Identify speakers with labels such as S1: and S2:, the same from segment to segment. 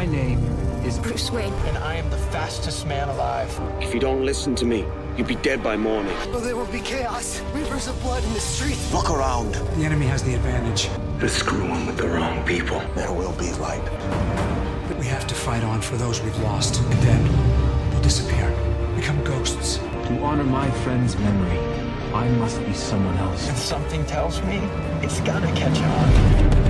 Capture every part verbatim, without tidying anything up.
S1: My name is
S2: Bruce Wayne.
S3: And I am the fastest man alive.
S4: If you don't listen to me, you'll be dead by morning.
S5: Oh, there will be chaos. Rivers of blood in the streets.
S4: Look around.
S1: The enemy has the advantage.
S4: They're screwing with the wrong people.
S5: There will be light.
S1: But we have to fight on for those we've lost. And then we'll disappear. Become ghosts.
S6: To honor my friend's memory, I must be someone else.
S3: And something tells me it's gonna catch on.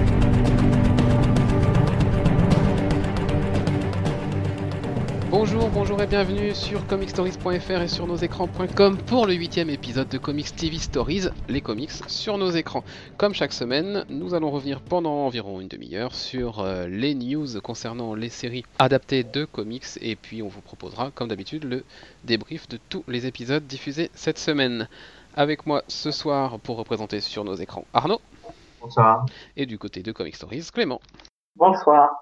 S7: Bonjour, bonjour et bienvenue sur comic stories point f r et sur nos écrans point com pour le huitième épisode de Comics T V Stories, les comics sur nos écrans. Comme chaque semaine, nous allons revenir pendant environ une demi-heure sur euh, les news concernant les séries adaptées de comics et puis on vous proposera, comme d'habitude, le débrief de tous les épisodes diffusés cette semaine. Avec moi ce soir pour représenter sur nos écrans Arnaud.
S8: Bonsoir.
S7: Et du côté de Comic Stories, Clément.
S8: Bonsoir.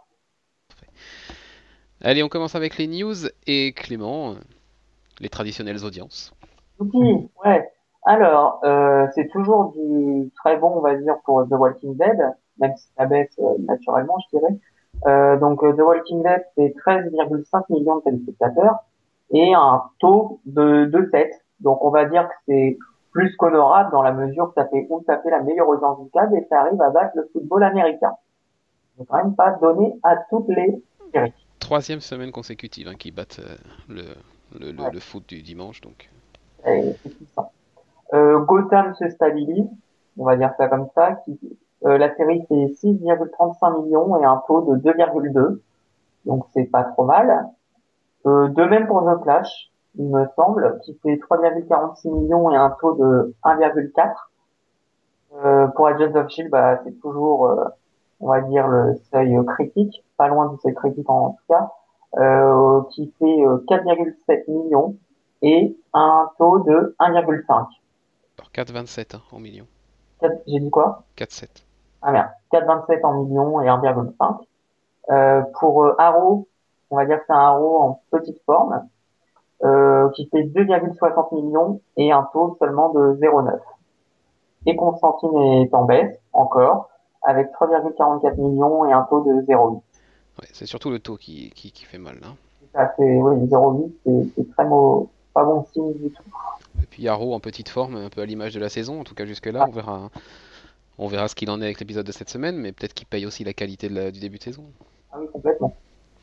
S7: Allez, on commence avec les news et Clément, les traditionnelles audiences.
S8: Oui, ouais. Alors, euh, c'est toujours du très bon, on va dire, pour The Walking Dead, même si ça baisse euh, naturellement, je dirais. Euh, donc, euh, The Walking Dead, c'est treize virgule cinq millions de téléspectateurs et un taux de deux virgule sept. Donc, on va dire que c'est plus qu'honorable dans la mesure que ça fait, où ça fait la meilleure audience du câble et ça arrive à battre le football américain. C'est quand même pas donné à toutes les séries.
S7: Troisième semaine consécutive hein, qui battent euh, le, le, le,
S8: ouais.
S7: le foot du dimanche. Donc.
S8: Et c'est puissant. Euh, Gotham se stabilise, on va dire ça comme ça. Qui, euh, la série fait six virgule trente-cinq millions et un taux de deux virgule deux. Donc c'est pas trop mal. Euh, de même pour The Flash, il me semble, qui fait trois virgule quarante-six millions et un taux de un virgule quatre. Euh, pour Agents of Shield, bah, c'est toujours... Euh, on va dire le seuil critique, pas loin du seuil critique en tout cas, euh, qui fait euh, quatre virgule sept millions et un taux de un virgule cinq.
S7: Alors quatre virgule vingt-sept hein, en millions.
S8: quatre, j'ai dit quoi ?
S7: quatre virgule sept.
S8: Ah merde, quatre virgule vingt-sept en millions et un virgule cinq. Euh, pour euh, Arrow, on va dire que c'est un Arrow en petite forme, euh, qui fait deux virgule soixante millions et un taux seulement de zéro virgule neuf. Et Constantine est en baisse, encore, avec trois virgule quarante-quatre millions et un taux de zéro virgule huit.
S7: Ouais, c'est surtout le taux qui, qui, qui fait mal. Hein.
S8: Ça, c'est, oui, zéro virgule huit, c'est, c'est très mau, pas bon signe du tout.
S7: Et puis Arrow en petite forme, un peu à l'image de la saison, en tout cas jusque là, ah. on verra on verra ce qu'il en est avec l'épisode de cette semaine, mais peut-être qu'il paye aussi la qualité de la, du début de saison.
S8: Ah oui, complètement.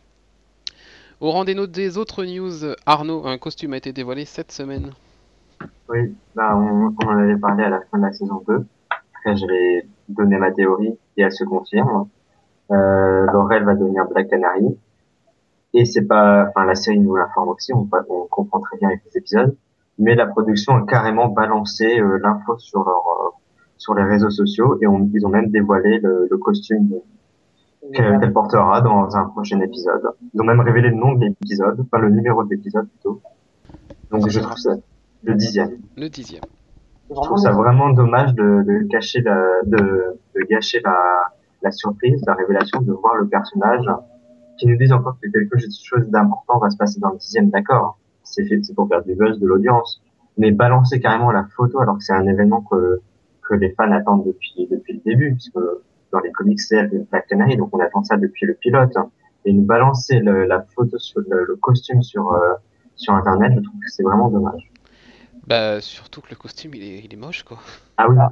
S7: Au rang des, notes des autres news, Arnaud, un costume a été dévoilé cette semaine.
S9: Oui, bah on, on en avait parlé à la fin de la saison deux. Après, je vais donner ma théorie et elle se confirme. Euh, Laurel va devenir Black Canary. Et c'est pas, enfin, la série nous l'informe aussi, on, on comprend très bien avec les épisodes. Mais la production a carrément balancé euh, l'info sur leur, euh, sur les réseaux sociaux et on, ils ont même dévoilé le, le costume qu'elle, qu'elle portera dans un prochain épisode. Ils ont même révélé le nom de l'épisode, enfin le numéro de l'épisode plutôt. Donc c'est je trouve ça le dixième.
S7: Le dixième.
S9: Je trouve ça vraiment dommage de, de cacher la, de, de gâcher la, la surprise, la révélation de voir le personnage qui nous disent encore que quelque chose d'important va se passer dans le dixième, d'accord. C'est fait, c'est pour faire du buzz de l'audience. Mais balancer carrément la photo alors que c'est un événement que, que les fans attendent depuis, depuis le début, puisque dans les comics c'est Black Canary, donc on attend ça depuis le pilote. Et nous balancer le, la photo sur le, le costume sur, euh, sur internet, je trouve que c'est vraiment dommage.
S7: Bah, surtout que le costume, il est, il est moche, quoi.
S9: Ah oui.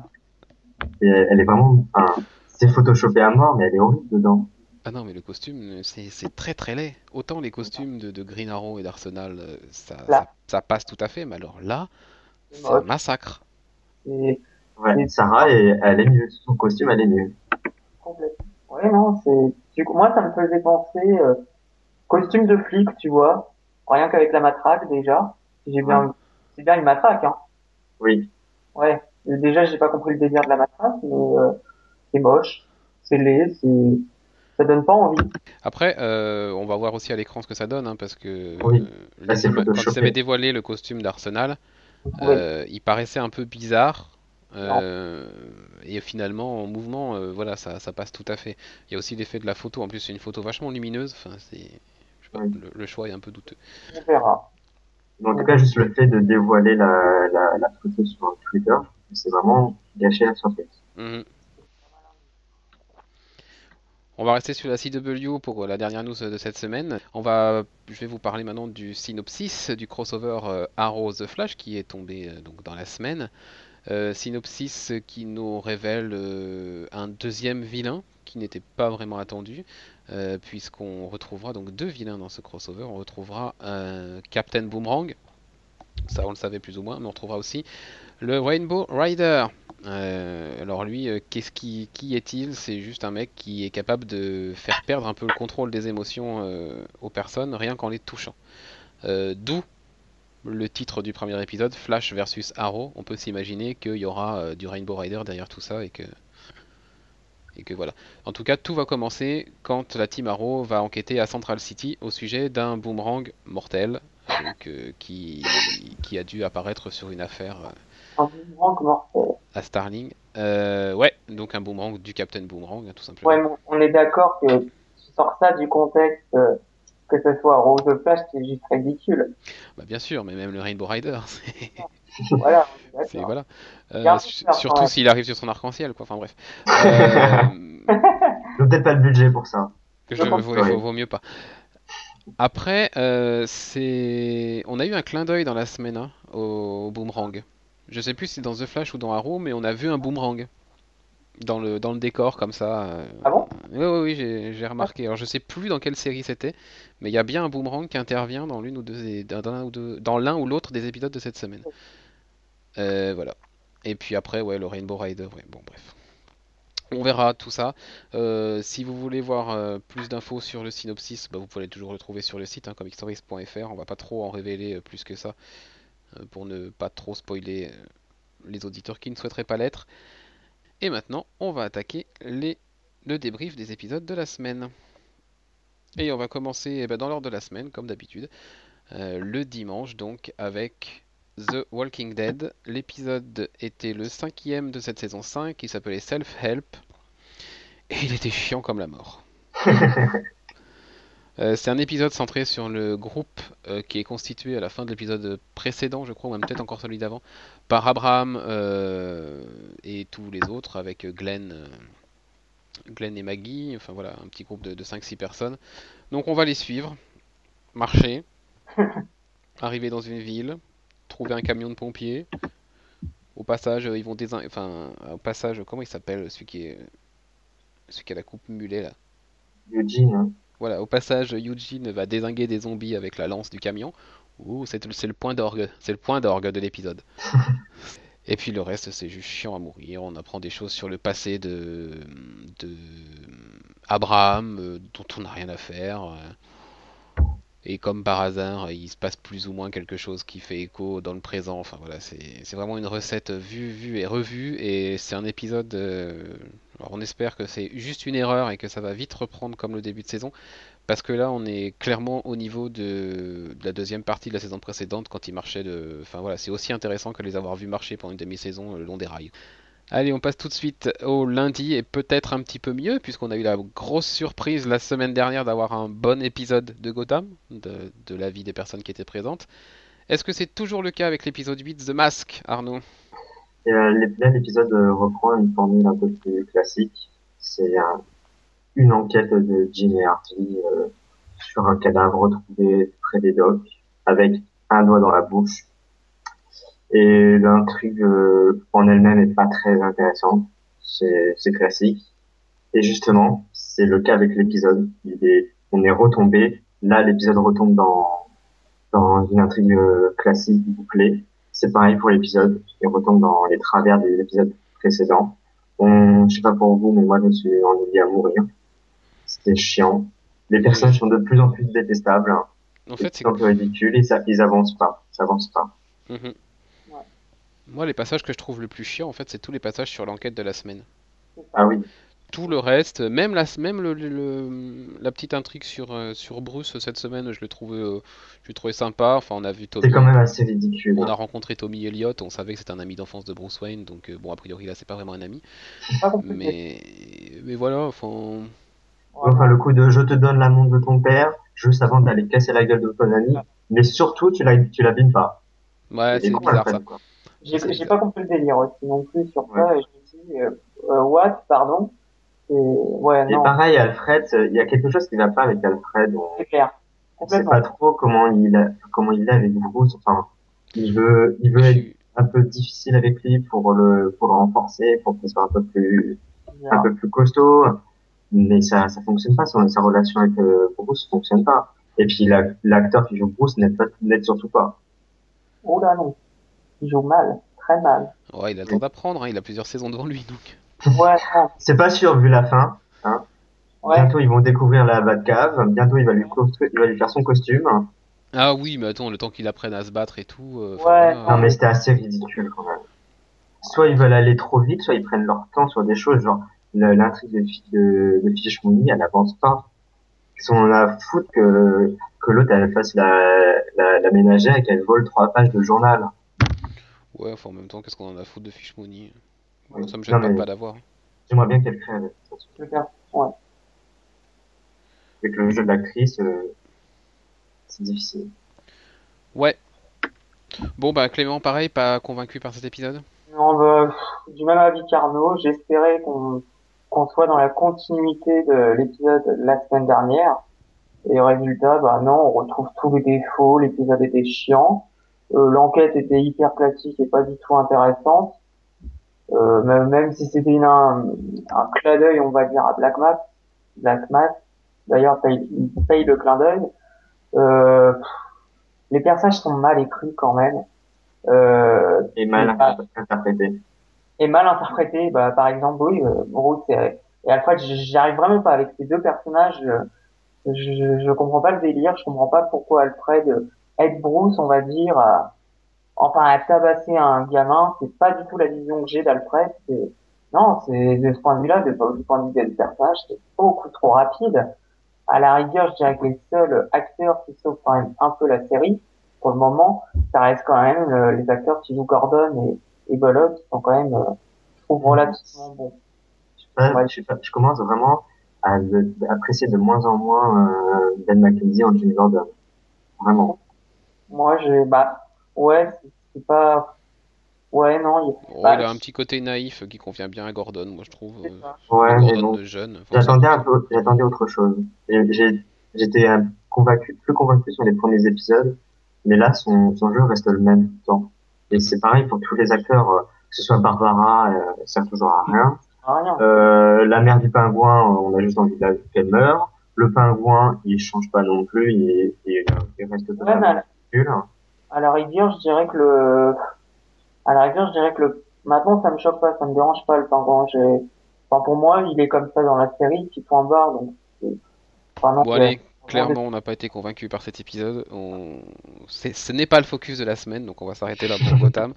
S9: Et elle est vraiment, enfin, c'est photoshopé à mort, mais elle est horrible dedans.
S7: Ah non, mais le costume, c'est, c'est très très laid. Autant les costumes de, de Green Arrow et d'Arsenal, ça, ça, ça passe tout à fait, mais alors là, c'est, c'est un massacre.
S8: Et...
S9: Ouais, Sarah, elle, elle est mieux. Son costume, elle est mieux.
S8: Complètement. Ouais, non, c'est, du coup, moi, ça me faisait penser, euh, costume de flic, tu vois. Rien qu'avec la matraque, déjà. J'ai bien, ouais. C'est bien une matraque, hein.
S9: Oui.
S8: Ouais. Déjà, j'ai pas compris le délire de la matraque, mais euh, c'est moche, c'est laid, c'est, ça donne pas envie.
S7: Après, euh, on va voir aussi à l'écran ce que ça donne, hein, parce que
S9: oui.
S7: euh,
S9: Là,
S7: les, quand ils avaient dévoilé le costume d'Arsenal, euh, oui. il paraissait un peu bizarre. Euh, et finalement, en mouvement, euh, voilà, ça, ça passe tout à fait. Il y a aussi l'effet de la photo. En plus, c'est une photo vachement lumineuse. Enfin, c'est, je sais pas, oui. le, le choix est un peu douteux.
S8: On verra.
S9: En tout cas, juste le fait de dévoiler la, la, la photo sur Twitter, c'est vraiment gâcher la surprise.
S7: Mmh. On va rester sur la C W pour la dernière news de cette semaine. On va, je vais vous parler maintenant du synopsis du crossover euh, Arrow The Flash qui est tombé euh, donc dans la semaine. Euh, synopsis qui nous révèle euh, un deuxième vilain qui n'était pas vraiment attendu, euh, puisqu'on retrouvera donc deux vilains dans ce crossover. On retrouvera euh, Captain Boomerang, ça on le savait plus ou moins, mais on retrouvera aussi le Rainbow Rider. Euh, alors lui, euh, qu'est-ce qui, qui est-il? C'est juste un mec qui est capable de faire perdre un peu le contrôle des émotions euh, aux personnes, rien qu'en les touchant. Euh, D'où le titre du premier épisode, Flash versus Arrow. On peut s'imaginer qu'il y aura euh, du Rainbow Rider derrière tout ça et que et que voilà. En tout cas, tout va commencer quand la team Arrow va enquêter à Central City au sujet d'un boomerang mortel donc, euh, qui qui a dû apparaître sur une affaire euh,
S8: Un boomerang mortel.
S7: à Starling. Euh, ouais, donc un boomerang du Captain Boomerang, tout simplement.
S8: Ouais, on- on est d'accord que tu sors ça du contexte, euh, que ce soit Rose de Flash, c'est juste ridicule.
S7: Bah, bien sûr, mais même le Rainbow Rider, c'est
S8: Voilà, on est
S7: c'est-
S8: d'accord.
S7: voilà. Euh,
S8: Il y a un
S7: su-
S8: peu peur,
S7: surtout
S8: ouais.
S7: s'il arrive sur son arc-en-ciel, quoi. Enfin bref. Euh,
S9: Ils ont peut-être pas le budget pour ça.
S7: je,
S8: Je pense
S7: vaut,
S9: que oui.
S7: vaut- vaut mieux pas. Après, euh, c'est, on a eu un clin d'œil dans la semaine hein, au, au boomerang. Je sais plus si c'est dans The Flash ou dans Arrow, mais on a vu un boomerang dans le dans le décor comme ça. euh.
S8: Ah bon?
S7: Oui, oui, oui, j'ai j'ai remarqué. Alors je sais plus dans quelle série c'était, mais il y a bien un boomerang qui intervient dans l'une ou deux, dans l'un ou deux, dans l'un ou l'autre des épisodes de cette semaine. Euh, voilà. Et puis après, ouais, le Rainbow Rider. Ouais, bon, bref. On verra tout ça. Euh, si vous voulez voir euh, plus d'infos sur le synopsis, bah, vous pouvez toujours le trouver sur le site, hein, comic stories point f r. On va pas trop en révéler euh, plus que ça euh, pour ne pas trop spoiler euh, les auditeurs qui ne souhaiteraient pas l'être. Et maintenant, on va attaquer les... le débrief des épisodes de la semaine. Et on va commencer eh ben, dans l'ordre de la semaine, comme d'habitude. Euh, le dimanche, donc, avec The Walking Dead. L'épisode était le cinquième de cette saison cinq, qui s'appelait Self-Help. Et il était chiant comme la mort. Euh, c'est un épisode centré sur le groupe euh, qui est constitué à la fin de l'épisode précédent, je crois, ou même peut-être encore celui d'avant, par Abraham euh, et tous les autres, avec Glenn, euh, Glenn et Maggie, enfin voilà, un petit groupe de, de cinq six personnes. Donc on va les suivre, marcher, arriver dans une ville, trouver un camion de pompiers. Au passage, euh, ils vont désin... enfin, au passage, comment il s'appelle, celui qui est, celui qui a la coupe mulet là.
S9: Eugene, hein.
S7: Voilà, au passage, Eugene va dézinguer des zombies avec la lance du camion. Ouh, c'est c'est le point d'orgue, c'est le point d'orgue de l'épisode. Et puis le reste, c'est juste chiant à mourir. On apprend des choses sur le passé de, de Abraham, euh, dont on n'a rien à faire. euh. Et comme par hasard, il se passe plus ou moins quelque chose qui fait écho dans le présent. Enfin voilà, c'est c'est vraiment une recette vue, vue et revue. Et c'est un épisode. euh, Alors on espère que c'est juste une erreur et que ça va vite reprendre comme le début de saison. Parce que là, on est clairement au niveau de, de la deuxième partie de la saison précédente quand ils marchaient de. Enfin voilà, c'est aussi intéressant que les avoir vus marcher pendant une demi-saison le long des rails. Allez, on passe tout de suite au lundi et peut-être un petit peu mieux puisqu'on a eu la grosse surprise la semaine dernière d'avoir un bon épisode de Gotham, de, de la vie des personnes qui étaient présentes. Est-ce que c'est toujours le cas avec l'épisode huit, The Mask, Arnaud?
S9: Et euh, l'ép- là, l'épisode euh, reprend une formule un peu plus classique. C'est un- une enquête de Jim et Hardy euh, sur un cadavre retrouvé près des docks avec un doigt dans la bouche. Et l'intrigue euh, en elle-même est pas très intéressante. C'est, c'est classique. Et justement, c'est le cas avec l'épisode. Il est, on est retombé. Là, l'épisode retombe dans dans une intrigue euh, classique bouclée. C'est pareil pour l'épisode. Il retombe dans les travers des épisodes précédents. On, je sais pas pour vous, mais moi, je me suis ennuyé à mourir. C'était chiant. Les personnages sont de plus en plus détestables. Hein.
S7: En fait, c'est
S9: C'est un peu ridicule et ça, ils avancent pas. Ça avance pas.
S7: Mhm. Moi, les passages que je trouve le plus chiant, en fait, c'est tous les passages sur l'enquête de la semaine.
S9: Ah oui.
S7: Tout le reste, même la, même le, le- le- la petite intrigue sur, euh, sur Bruce cette semaine, je l'ai trouvé, euh, je l'ai trouvé sympa. Enfin, on a vu Tommy,
S9: C'est quand même assez ridicule.
S7: on a rencontré Tommy Elliott, on savait que c'était un ami d'enfance de Bruce Wayne, donc euh, bon, a priori là, c'est pas vraiment un ami.
S8: C'est pas compliqué.
S7: Mais, mais voilà, enfin,
S9: Enfin, le coup de je te donne la montre de ton père, juste avant d'aller casser la gueule de ton ami, mais surtout, tu la, tu l'abîmes pas.
S7: ouais,
S9: C'est
S7: c'est
S9: con,
S7: bizarre
S9: Alfred,
S7: ça.
S9: quoi.
S8: J'ai
S7: C'est
S8: j'ai
S7: bizarre.
S8: pas compris le délire aussi non plus sur ça. Et je me dis, euh, euh, what, pardon? c'est, ouais,
S9: Et
S8: non,
S9: pareil, Alfred, il y a quelque chose qui va pas avec Alfred. On
S8: c'est clair.
S9: on sait
S8: Complètement.
S9: pas trop comment il a, comment il est avec Bruce. Enfin, il veut, il veut
S7: Je
S9: être
S7: suis-
S9: un peu difficile avec lui pour le, pour le renforcer, pour qu'il soit un peu plus, un peu plus costaud. Mais ça, ça fonctionne pas. Son, sa relation avec euh, Bruce fonctionne pas. Et puis la- l'acteur qui joue Bruce n'aide pas, n'aide surtout pas.
S8: Oh là non, il joue mal, très mal.
S7: Ouais, il a le temps d'apprendre, hein, il a plusieurs saisons devant lui, donc.
S8: Ouais, non,
S9: C'est pas sûr vu la fin. Hein.
S8: ouais,
S9: Bientôt ils vont découvrir la Batcave. Bientôt il va lui construire, il va lui faire son costume.
S7: Ah oui, mais attends, le temps qu'il apprenne à se battre et tout. euh, 'fin,
S8: ouais,
S7: voilà.
S9: Non mais c'était assez ridicule quand même. Soit ils veulent aller trop vite, soit ils prennent leur temps sur des choses, genre le- l'intrigue de, Fi- de, de Fish Mooney, elle avance pas. Ils sont à foutre que, que l'autre elle fasse la, la, la ménagère et qu'elle vole trois pages de journal.
S7: Ouais, enfin en même temps, qu'est-ce qu'on en a à foutre de Fish Money?
S9: Oui.
S7: Ça me
S9: Non
S7: gêne pas de
S9: mais
S7: pas l'avoir.
S9: j'aimerais bien qu'elle crève.
S8: je veux dire, ouais.
S9: Avec le jeu de l'actrice, euh, c'est difficile.
S7: Ouais. Bon bah Clément, pareil, pas convaincu par cet épisode?
S8: Non, bah, pff, du même avis qu'Arnaud, j'espérais qu'on qu'on soit dans la continuité de l'épisode de la semaine dernière. Et au résultat, bah non, on retrouve tous les défauts, l'épisode était chiant, euh, l'enquête était hyper classique et pas du tout intéressante. Euh, même, même si c'était une- un, un clin d'œil, on va dire, à Black Mass. Black Mass, d'ailleurs, paye, il paye le clin d'œil. Euh, pff, les personnages sont mal écrits quand même. Euh,
S9: Et mal
S8: c'est pas-
S9: interprété.
S8: et mal interprété. Bah, par exemple, oui, euh, Bruce et, et Alfred, j- j'y arrive vraiment pas avec ces deux personnages. euh, Je, je, je comprends pas le délire. Je comprends pas pourquoi Alfred euh, aide Bruce, on va dire, à, enfin, à tabasser un gamin. C'est pas du tout la vision que j'ai d'Alfred. C'est, non, c'est de ce point de vue-là, de, du point de vue des personnages, c'est beaucoup trop rapide. À la rigueur, je dirais que les seuls acteurs qui sauvent quand même un peu la série, pour le moment, ça reste quand même euh, les acteurs qui jouent Gordon et, et Bullock, qui sont quand même, euh, je trouve, relativement bons.
S9: Je, sais pas,
S8: Ouais.
S9: je, sais pas, je commence vraiment à le- apprécier de moins en moins euh, Ben McKenzie en Jimmy Gordon. Vraiment.
S8: Moi, j'ai, bah, ouais, c'est c'est pas, ouais, non, il,
S7: Oh,
S8: bah,
S7: il a un petit côté naïf qui convient bien à Gordon, moi je trouve.
S8: c'est
S7: euh,
S8: ça.
S9: Ouais,
S7: Le
S9: mais
S7: Gordon
S9: bon.
S7: de jeune. Enfin,
S9: J'attendais
S7: ça-
S9: un peu, j'attendais autre chose. J'ai- j'ai- J'étais euh, convaincu, plus convaincu sur les premiers épisodes, mais là, son, son jeu reste le même tout le temps. Et c'est pareil pour tous les acteurs, euh, que ce soit Barbara, euh, elle sert toujours à rien.
S8: Rien.
S9: Euh, la mère du pingouin, on a juste envie de- qu'elle meure. Le pingouin, il change pas non plus, il, il, il reste
S8: Ouais, mais
S9: totalement
S8: à la,
S9: ridicule.
S8: à la rigueur, je dirais que le, à la rigueur, je dirais que le, maintenant, ça me choque pas, ça me dérange pas, le pingouin. J'ai, enfin, pour moi, il est comme ça dans la série, petit point barre, donc, c'est- enfin, non,
S7: Bon
S8: il y a
S7: allez,
S8: vraiment
S7: clairement on n'a pas été convaincu par cet épisode. On... c'est- Ce n'est pas le focus de la semaine, donc on va s'arrêter là pour Gotham.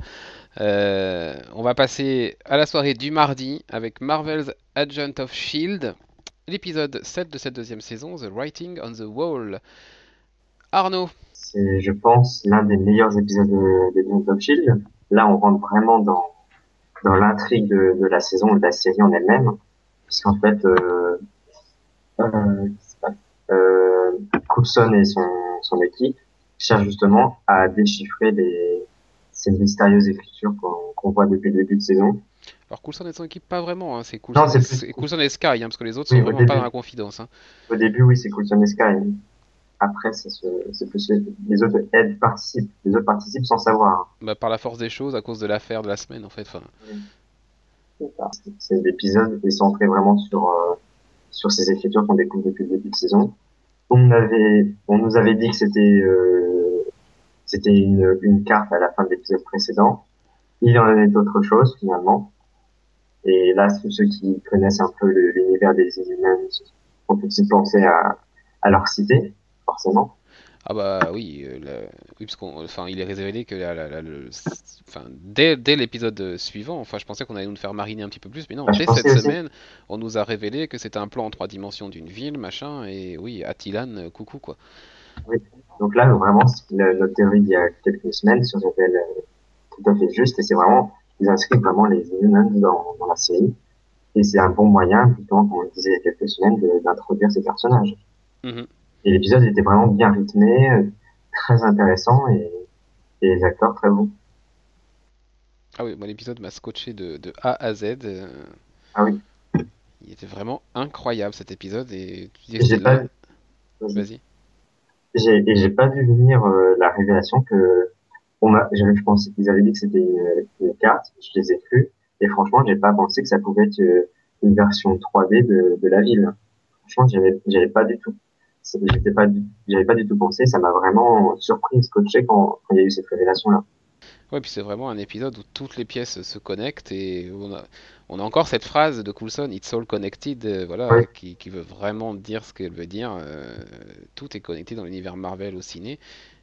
S7: Euh, on va passer à la soirée du mardi avec Marvel's Agent of Shield, l'épisode sept de cette deuxième saison, The Writing on the Wall. Arnaud,
S9: C'est, je pense, l'un des meilleurs épisodes de, de Agents of Shield. Là, on rentre vraiment dans, dans l'intrigue de, de la saison, de la série en elle-même. Puisqu'en fait, euh, euh, euh, Coulson et son, son équipe cherchent justement à déchiffrer les, ces mystérieuses écritures qu'on, qu'on voit depuis le début de saison.
S7: alors Coulson et son équipe pas vraiment, hein, c'est Coulson,
S9: Non, c'est
S7: et...
S9: plus-
S7: c'est Coulson et Sky, hein, parce que les autres
S9: Oui,
S7: sont
S9: au
S7: vraiment
S9: début.
S7: pas dans la confidence. Hein.
S9: Au début, oui, c'est Coulson et Sky. Après, c'est, ce, c'est plus les autres aident, participent. Les autres participent sans savoir.
S7: Bah, par la force des choses, à cause de l'affaire de la semaine en fait. Enfin,
S8: c'est ça.
S9: C'est l'épisode est centré vraiment sur euh, sur ces écritures qu'on découvre depuis le début de saison. On avait, on nous avait dit que c'était euh, c'était une une carte à la fin de l'épisode précédent. Il y en avait d'autres choses finalement. Et là, tous ceux qui connaissent un peu le- l'univers des Inhumans ont tout de suite pensé à à leur cité, forcément.
S7: ah bah oui, euh, la- oui parce qu'on, enfin, il est révélé que la, la- la- le, enfin, dès, dès l'épisode suivant, enfin, je pensais qu'on allait nous le faire mariner un petit peu plus, mais non,
S9: Bah, je
S7: dès
S9: pensais
S7: cette
S9: aussi.
S7: semaine, on nous a révélé que c'était un plan en trois dimensions d'une ville, machin, et oui, Attilan, euh, coucou quoi.
S9: Donc là, vraiment, le- notre théorie d'il y a quelques semaines se révèle euh, tout à fait juste, et c'est vraiment, ils inscrivent vraiment les Inhumans dans, dans la série, et c'est un bon moyen, justement, comme on le disait il y a quelques semaines, de- d'introduire ces personnages.
S7: Mhm.
S9: Et l'épisode était vraiment bien rythmé, euh, très intéressant, et, et les acteurs très bons.
S7: Ah oui, moi l'épisode m'a scotché de, de A à Z. euh,
S9: Ah oui.
S7: Il était vraiment incroyable cet épisode et tu
S9: J'ai
S7: dis
S9: pas,
S7: là, vas-y.
S9: j'ai, et j'ai pas vu venir euh, la révélation que on m'a, je, je pensais qu'ils avaient dit que c'était une, une carte, je les ai crus, et franchement, j'ai pas pensé que ça pouvait être euh, une version trois D de, de la ville. Franchement, j'avais, j'avais pas du tout, c'est- j'étais pas, du- j'avais pas du tout pensé, ça m'a vraiment surpris, scotché quand, quand il y a eu cette révélation-là.
S7: Ouais, puis c'est vraiment un épisode où toutes les pièces se connectent et on a, on a encore cette phrase de Coulson, It's all connected, euh, voilà,
S9: Oui,
S7: qui, qui veut vraiment dire ce qu'elle veut dire. euh, tout est connecté dans l'univers Marvel au ciné.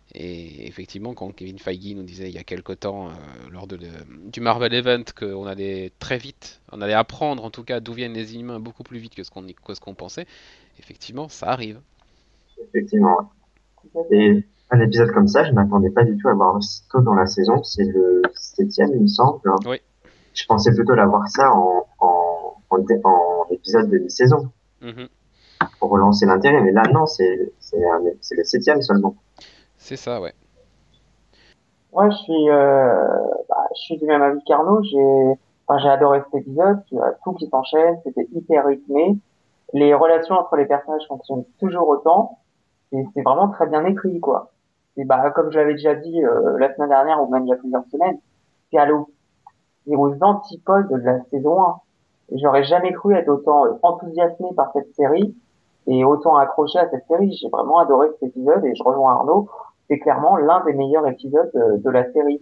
S7: Et effectivement, quand Kevin Feige nous disait il y a quelque temps, euh, lors de le- du Marvel Event, qu'on allait très vite, on allait apprendre en tout cas d'où viennent les humains beaucoup plus vite que ce qu'on y- que ce qu'on pensait, effectivement, ça arrive.
S9: effectivement. Et un épisode comme ça, je m'attendais pas du tout à voir aussitôt dans la saison. C'est le septième, il me semble.
S7: Oui.
S9: Je pensais plutôt l'avoir ça en, en, en, dé- en épisode de mi-saison
S7: Mhm.
S9: pour relancer l'intérêt. Mais là, non, c'est, c'est, un- c'est le septième seulement.
S7: C'est ça, ouais.
S8: Ouais, je suis, euh, bah, je suis du même avis qu'Arnaud. J'ai, enfin, j'ai adoré cet épisode. Tu as tout qui s'enchaîne. C'était hyper rythmé. Les relations entre les personnages fonctionnent toujours autant. Et c'est vraiment très bien écrit, quoi. Et bah, comme je l'avais déjà dit euh, la semaine dernière ou même il y a plusieurs semaines, c'est à l'eau. C'est aux antipodes de la saison un. Et j'aurais jamais cru être autant euh, enthousiasmé par cette série et autant accroché à cette série. J'ai vraiment adoré cet épisode et je rejoins Arnaud. C'est clairement l'un des meilleurs épisodes de, de la série.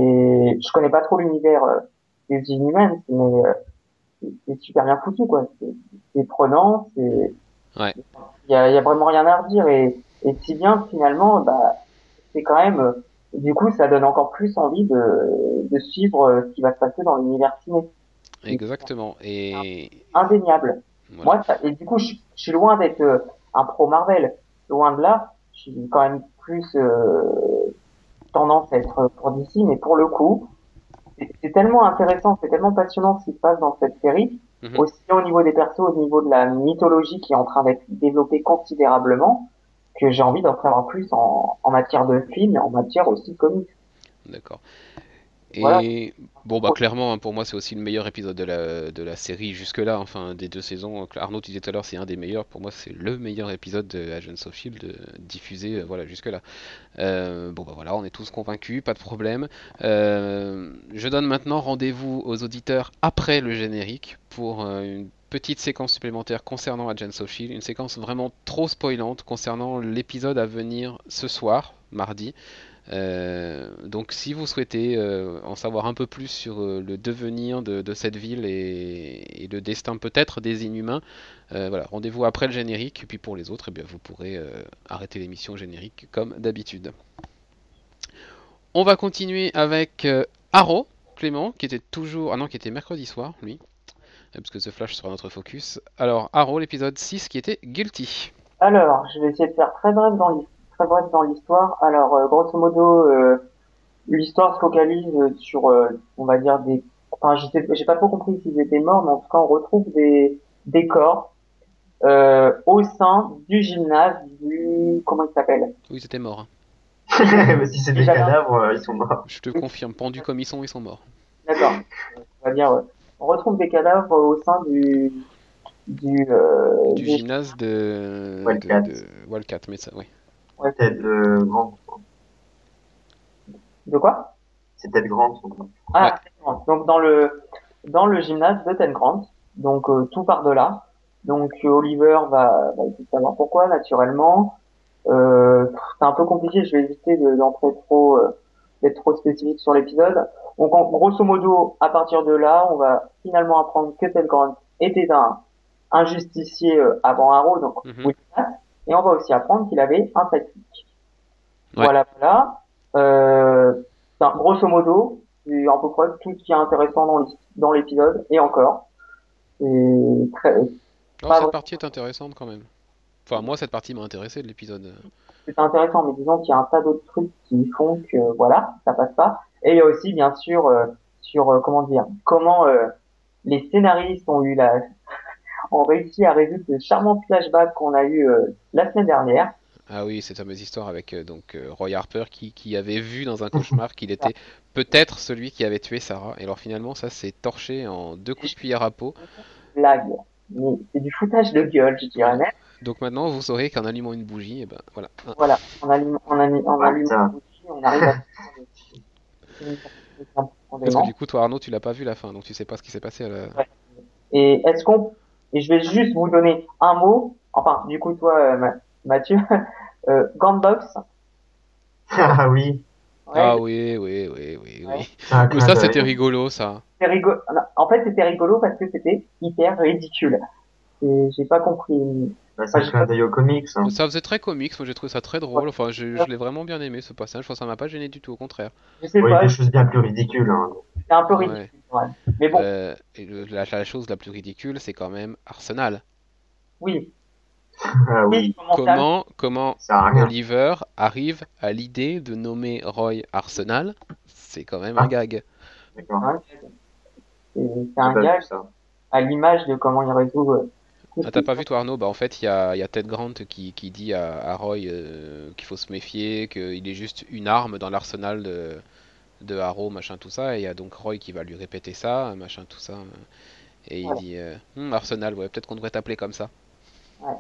S8: Et je connais pas trop l'univers euh, des Inhumans, mais euh, c'est c'est super bien foutu, quoi. C'est c'est prenant, c'est,
S7: Ouais.
S8: il y a, y a vraiment rien à redire et, et si bien finalement, bah, c'est quand même, euh, du coup, ça donne encore plus envie de, de suivre euh, ce qui va se passer dans l'univers ciné. C'est
S7: Exactement. Et
S8: indéniable.
S7: voilà.
S8: Moi, ça, et du coup, je, je suis loin d'être euh, un pro Marvel. Loin de là. Je suis quand même plus euh, tendance à être pour D C, mais pour le coup, c'est c'est tellement intéressant, c'est tellement passionnant ce qui se passe dans cette série,
S7: Mhm.
S8: aussi bien au niveau des persos, au niveau de la mythologie qui est en train d'être développée considérablement, que j'ai envie d'en savoir plus en, en matière de film et en matière aussi de comics.
S7: D'accord.
S8: Voilà.
S7: Et bon, bah clairement, hein, pour moi, c'est aussi le meilleur épisode de la, de la série jusque-là, enfin des deux saisons. Arnaud, tu disais tout à l'heure, c'est un des meilleurs. Pour moi, c'est le meilleur épisode de Agents of Shield euh, diffusé, euh, voilà, jusque-là. Euh, bon, bah voilà, on est tous convaincus, pas de problème. Euh, je donne maintenant rendez-vous aux auditeurs après le générique pour euh, une petite séquence supplémentaire concernant Agents of Shield, une séquence vraiment trop spoilante concernant l'épisode à venir ce soir, mardi. Euh, donc si vous souhaitez euh, en savoir un peu plus sur euh, le devenir de, de cette ville et, et le destin peut-être des Inhumains, euh, voilà, rendez-vous après le générique. Et puis pour les autres, eh bien, vous pourrez euh, arrêter l'émission générique comme d'habitude. On va continuer avec euh, Arrow, Clément, qui était toujours... Ah non, qui était mercredi soir, lui, parce que The Flash sera notre focus. Alors Arrow, l'épisode six qui était Guilty.
S8: Alors, je vais essayer de faire très bref dans l'histoire. Très bref dans l'histoire. Alors, euh, grosso modo, euh, l'histoire se focalise euh, sur, euh, on va dire des. Enfin, je sais- j'ai pas trop compris s'ils étaient morts, mais en tout cas, on retrouve des des corps euh, au sein du gymnase du. Comment il s'appelle?
S7: Oui, c'était mort. Hein.
S9: Mais si c'est des
S8: Déjà,
S9: cadavres, euh, ils sont morts.
S7: Je te confirme, pendus comme ils sont, ils sont morts.
S8: d'accord. On va dire, euh, on retrouve des cadavres au sein du du euh,
S7: Du
S8: du-
S7: gymnase de...
S9: Wildcat.
S7: de, de Wildcat, mais ça, oui.
S8: ouais,
S9: Ted euh, Grant.
S8: de quoi?
S9: C'est Ted Grant. son nom.
S8: Ah, effectivement. Donc dans le dans le gymnase de Ten Grant, donc euh, tout part de là. Donc euh, Oliver va, va essayer de savoir pourquoi naturellement. Euh, pff, c'est un peu compliqué, je vais éviter de- d'entrer trop euh, d'être trop spécifique sur l'épisode. Donc en, grosso modo, à partir de là, on va finalement apprendre que Ted Grant était un un justicier euh, avant Arrow, donc
S7: Mhm.
S8: Wildcat, et on va aussi apprendre qu'il avait un sidekick.
S7: Ouais.
S8: Voilà, voilà. Euh, enfin, grosso modo, c'est à peu près tout ce qui est intéressant dans l'his- dans l'épisode, et encore. C'est très,
S7: Non,
S8: pas
S7: cette
S8: vrai-
S7: partie est intéressante quand même. Enfin, moi, cette partie m'a intéressé de l'épisode.
S8: c'est intéressant, mais disons qu'il y a un tas d'autres trucs qui font que, voilà, ça passe pas. Et il y a aussi, bien sûr, euh, sur, euh, comment dire, comment euh, les scénaristes ont eu la, ont réussi à résoudre ce charmant flashback qu'on a eu euh, la semaine dernière.
S7: Ah oui, cette fameuse histoire avec euh, donc euh, Roy Harper qui, qui avait vu dans un cauchemar qu'il était peut-être celui qui avait tué Sarah. Et alors finalement, ça s'est torché en deux coups de cuillère à peau.
S8: Blague. mais c'est du foutage de gueule, je dirais même.
S7: Donc maintenant, vous saurez qu'en allumant une bougie, et ben voilà.
S8: Voilà, en allumant, en allumant, en allumant
S9: Voilà.
S8: une bougie, on arrive à
S7: Parce que du coup, toi Arnaud, tu l'as pas vu la fin, donc tu sais pas ce qui s'est passé à la...
S8: Ouais. Et est-ce qu'on, et je vais juste vous donner un mot, enfin, du coup, toi, euh, Ma- Mathieu, euh, Gantbox.
S9: Ah oui,
S8: Ouais,
S7: Ah oui, oui, oui, oui,
S8: Ouais.
S7: oui.
S9: c'est un
S7: Mais
S9: clin
S7: ça,
S9: d'œil.
S7: c'était rigolo, ça.
S8: c'est rigolo. En fait, c'était rigolo parce que c'était hyper ridicule. Et j'ai pas compris.
S9: Bah, c'est un clin d'œil aux comics. Hein.
S7: Ça faisait très comics, moi j'ai trouvé ça très drôle, enfin je, je l'ai vraiment bien aimé ce passage, enfin, ça m'a pas gêné du tout, au contraire.
S8: Je sais
S9: Oui,
S8: pas,
S9: des choses bien plus ridicules. Hein.
S8: c'est un peu
S7: Ouais.
S8: ridicule, ouais. Mais bon,
S7: Euh, et le- la, la chose la plus ridicule, c'est quand même Arsenal.
S8: oui.
S9: Ah oui,
S8: Oui, comment ça
S7: Comment, comment
S9: ça sert à rien.
S7: Oliver arrive à l'idée de nommer Roy Arsenal, c'est quand même
S9: Ah.
S7: un gag.
S9: D'accord.
S8: hein, C'est c'est
S9: J'ai
S8: un
S9: pas
S8: gag
S9: vu ça.
S8: à l'image de comment il résout. euh, tout
S7: Ah,
S8: ce
S7: t'as
S8: qui-
S7: pas vu toi Arnaud? Bah en fait il y a, il y a Ted Grant qui, qui dit à, à Roy euh, qu'il faut se méfier, qu'il est juste une arme dans l'arsenal de, de Arrow, machin tout ça, et il y a donc Roy qui va lui répéter ça, machin tout ça, et il
S8: Ouais.
S7: dit euh, Hum, Arsenal, ouais peut-être qu'on devrait t'appeler comme ça.
S8: Ouais.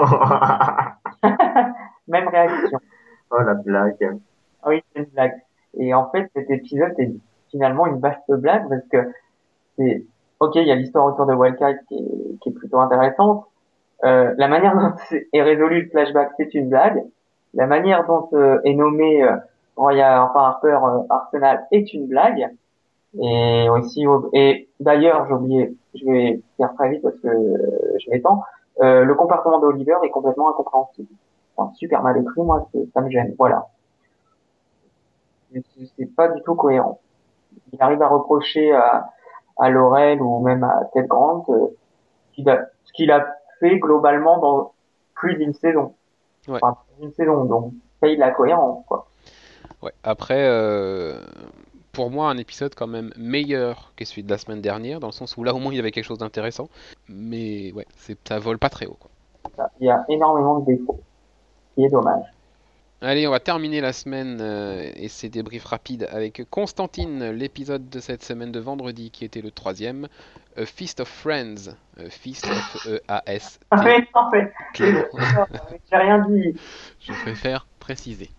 S8: Même réaction.
S9: Oh la blague.
S8: Ah oui, c'est une blague. Et en fait, cet épisode est finalement une vaste blague parce que c'est, ok, il y a l'histoire autour de Wildcat qui est, qui est plutôt intéressante. Euh, la manière dont est résolu le flashback, c'est une blague. La manière dont euh, est nommé euh, Roy, enfin Harper euh, Arsenal est une blague. Et aussi, et d'ailleurs, j'ai oublié, je vais faire très vite parce que euh, je m'étends. Euh, le comportement d'Oliver est complètement incompréhensible. Enfin, super mal écrit, moi, c'est- ça me gêne. Voilà. C'est c'est pas du tout cohérent. Il arrive à reprocher à, à Laurel ou même à Ted Grant euh, qu'il a- ce qu'il a fait globalement dans plus d'une saison.
S7: Ouais.
S8: Enfin, plus d'une saison, donc paye la cohérence, quoi.
S7: Ouais. Après, euh, pour moi, un épisode quand même meilleur que celui de la semaine dernière, dans le sens où là au moins il y avait quelque chose d'intéressant, mais ouais, c'est, ça vole pas très haut, quoi.
S8: Ça, il y a énormément de défauts, ce qui est dommage.
S7: Allez, on va terminer la semaine euh, et ces débriefs rapides avec Constantine, l'épisode de cette semaine de vendredi qui était le troisième, A Feast of Friends, euh, Feast F E A S T,
S8: Mais non, mais,
S7: Clément.
S8: j'ai rien dit.
S7: Je préfère préciser.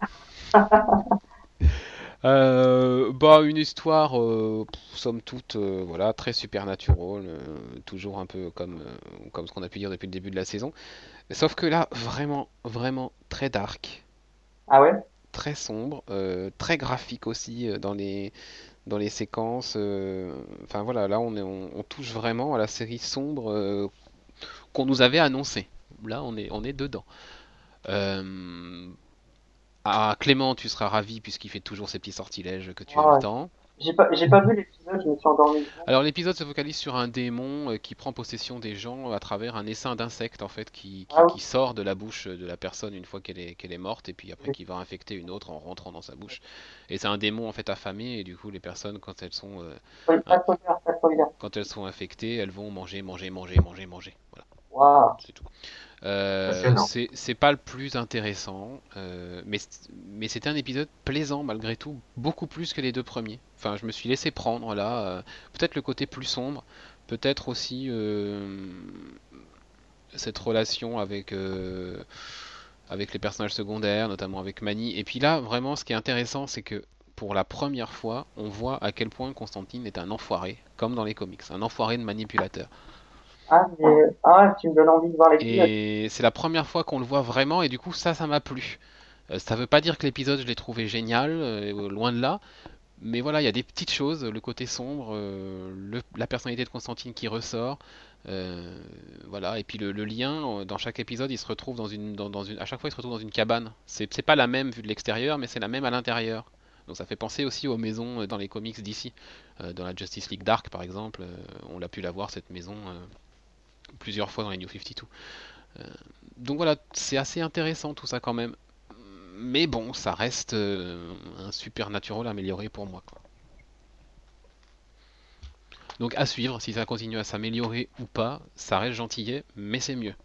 S7: Euh, bah une histoire euh, pff, somme toute euh, voilà très supernatural, euh, toujours un peu comme euh, comme ce qu'on a pu dire depuis le début de la saison, sauf que là vraiment vraiment très dark,
S8: Ah ouais?
S7: très sombre, euh, très graphique aussi euh, dans les dans les séquences, euh, enfin voilà, là on est on, on touche vraiment à la série sombre euh, qu'on nous avait annoncé. Là on est on est dedans. Euh, Ah, Clément, tu seras ravi puisqu'il fait toujours ses petits sortilèges que tu
S8: Ah
S7: aimes
S8: ouais.
S7: tant.
S8: J'ai pas, j'ai pas vu l'épisode, je me suis endormi.
S7: Alors l'épisode se focalise sur un démon euh, qui prend possession des gens à travers un essaim d'insectes en fait qui, qui,
S8: Ah oui.
S7: qui sort de la bouche de la personne une fois qu'elle est, qu'elle est morte et puis après qui va infecter une autre en rentrant dans sa bouche. Et c'est un démon en fait affamé et du coup les personnes quand elles sont euh,
S8: Oui, pas
S7: ah.
S8: de spoiler, pas de spoiler.
S7: quand elles sont infectées elles vont manger manger manger manger manger. Voilà,
S8: Waouh.
S7: c'est tout. Euh,
S9: Passionnant.
S7: c'est c'est pas le plus intéressant, euh, mais, c- mais c'était un épisode plaisant malgré tout, beaucoup plus que les deux premiers. Enfin, je me suis laissé prendre là, euh, peut-être le côté plus sombre, peut-être aussi euh, cette relation avec, euh, avec les personnages secondaires, notamment avec Manny. Et puis là, vraiment, ce qui est intéressant, c'est que pour la première fois, on voit à quel point Constantine est un enfoiré, comme dans les comics, un enfoiré de manipulateur.
S8: Ah, mais, ah, tu me donnes envie de voir l'épisode.
S7: Et c'est la première fois qu'on le voit vraiment, et du coup, ça, ça m'a plu. Euh, ça veut pas dire que l'épisode, je l'ai trouvé génial, euh, loin de là, mais voilà, il y a des petites choses, le côté sombre, euh, le- la personnalité de Constantine qui ressort, euh, voilà, et puis le, le lien, euh, dans chaque épisode, il se retrouve dans une, dans, dans une, à chaque fois, il se retrouve dans une cabane. C'est c'est pas la même vue de l'extérieur, mais c'est la même à l'intérieur. Donc ça fait penser aussi aux maisons euh, dans les comics d'ici. Euh, dans la Justice League Dark, par exemple, euh, on l'a pu la voir, cette maison, euh, plusieurs fois dans les New cinquante-deux. Euh, donc voilà, c'est assez intéressant tout ça quand même. Mais bon, ça reste euh, un Supernatural amélioré pour moi, quoi. Donc à suivre, si ça continue à s'améliorer ou pas, ça reste gentillet, mais c'est mieux.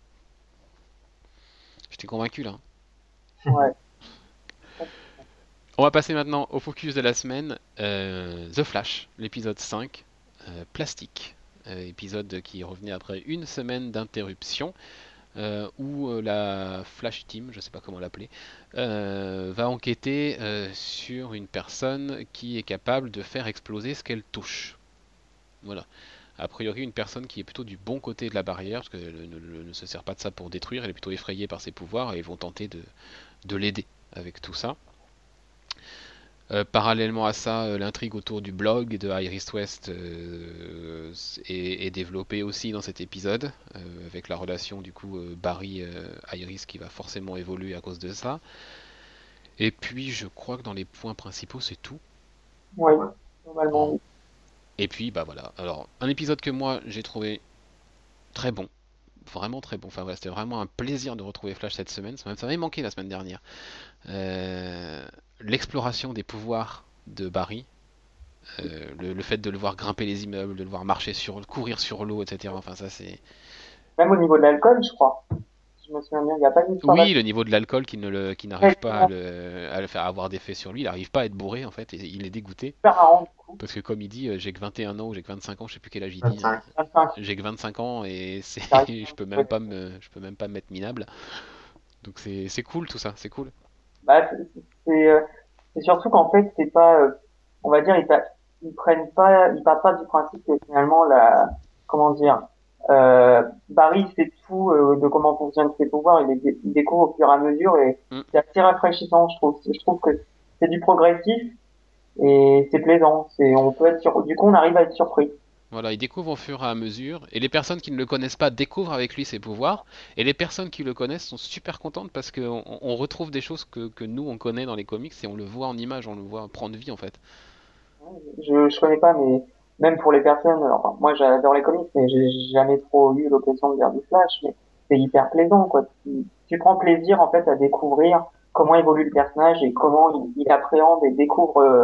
S7: Je t'ai convaincu là.
S8: Ouais.
S7: On va passer maintenant au focus de la semaine. Euh, The Flash, l'épisode cinq, euh, Plastique. euh, épisode qui revenait après une semaine d'interruption, euh, où euh, la Flash Team, je sais pas comment l'appeler, euh, va enquêter euh, sur une personne qui est capable de faire exploser ce qu'elle touche. Voilà. A priori, une personne qui est plutôt du bon côté de la barrière, parce qu'elle ne, ne- ne se sert pas de ça pour détruire, elle est plutôt effrayée par ses pouvoirs, et ils vont tenter de, de l'aider avec tout ça. Euh, parallèlement à ça, euh, l'intrigue autour du blog de Iris West euh, est, est développée aussi dans cet épisode, euh, avec la relation du coup euh, Barry-Iris qui va forcément évoluer à cause de ça. Et puis je crois que dans les points principaux c'est tout.
S8: Oui, normalement. oui.
S7: Et puis bah voilà, alors un épisode que moi j'ai trouvé très bon, vraiment très bon, enfin voilà, c'était vraiment un plaisir de retrouver Flash cette semaine, ça m'a- ça m'avait manqué la semaine dernière. Euh, L'exploration des pouvoirs de Barry, euh, le, le fait de le voir grimper les immeubles, de le voir marcher sur, courir sur l'eau, et cetera. Enfin ça c'est...
S8: Même au niveau de l'alcool, je crois. Je me souviens bien, il n'y a pas d'histoire
S7: Oui, le niveau de l'alcool qui ne le, qui n'arrive pas à
S8: d'alcool
S7: le, à le faire avoir d'effet sur lui, il n'arrive pas à être bourré en fait, et il est dégoûté.
S8: super marrant, du coup.
S7: Parce que comme il dit, euh, j'ai que vingt et un ans ou j'ai que vingt-cinq ans, je sais plus quel âge il dit.
S9: vingt-cinq.
S7: euh,
S8: Enfin,
S7: J'ai que vingt-cinq ans et c'est,
S8: ça arrive.
S7: je peux même pas me, je peux même pas me mettre minable. Donc c'est, c'est cool tout ça, c'est cool.
S8: Bah, c'est c'est, euh, c'est surtout qu'en fait, c'est pas, euh, on va dire, ils, pa- ils prennent pas, ils partent pas du principe que finalement, la, comment dire, euh, Barry sait tout euh, de comment fonctionnent ses pouvoirs, il les dé- il découvre au fur et à mesure et
S7: Mm.
S8: c'est assez rafraîchissant, je trouve. Je trouve que c'est du progressif et c'est plaisant. C'est, on peut être sur, du coup, on arrive à être surpris.
S7: Voilà, il découvre au fur et à mesure, et les personnes qui ne le connaissent pas découvrent avec lui ses pouvoirs, et les personnes qui le connaissent sont super contentes parce qu'on on retrouve des choses que, que nous on connaît dans les comics et on le voit en image, on le voit prendre vie en fait.
S8: Je, je connais pas, mais même pour les personnes, enfin, moi j'adore les comics, mais j'ai jamais trop eu l'occasion de lire du Flash, mais c'est hyper plaisant, quoi. Tu, tu prends plaisir, en fait, à découvrir comment évolue le personnage et comment il, il appréhende et découvre euh,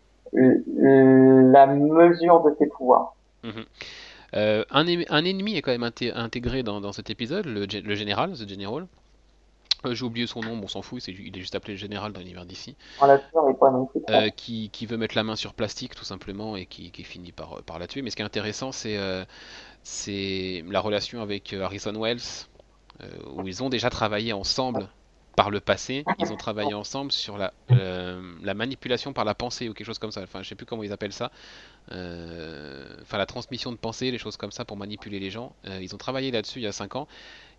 S8: le- la mesure de ses pouvoirs.
S7: Mhm. Euh, un, é- un ennemi est quand même inté- intégré dans, dans cet épisode, le, gé- le général, The General. Euh, J'ai oublié son nom, bon, on s'en fout, c'est, il est juste appelé le général dans l'univers d'ici.
S8: Enfin, la sœur est pas non plus trop.
S7: Euh, qui, qui veut mettre la main sur Plastique tout simplement et qui, qui finit par, par la tuer. Mais ce qui est intéressant, c'est euh, c'est la relation avec euh, Harrison Wells, euh, où ils ont déjà travaillé ensemble par le passé. Ils ont travaillé ensemble sur la, euh, la manipulation par la pensée ou quelque chose comme ça. Enfin, je sais plus comment ils appellent ça. Euh, Enfin, la transmission de pensée, les choses comme ça pour manipuler les gens. Euh, ils ont travaillé là-dessus il y a cinq ans.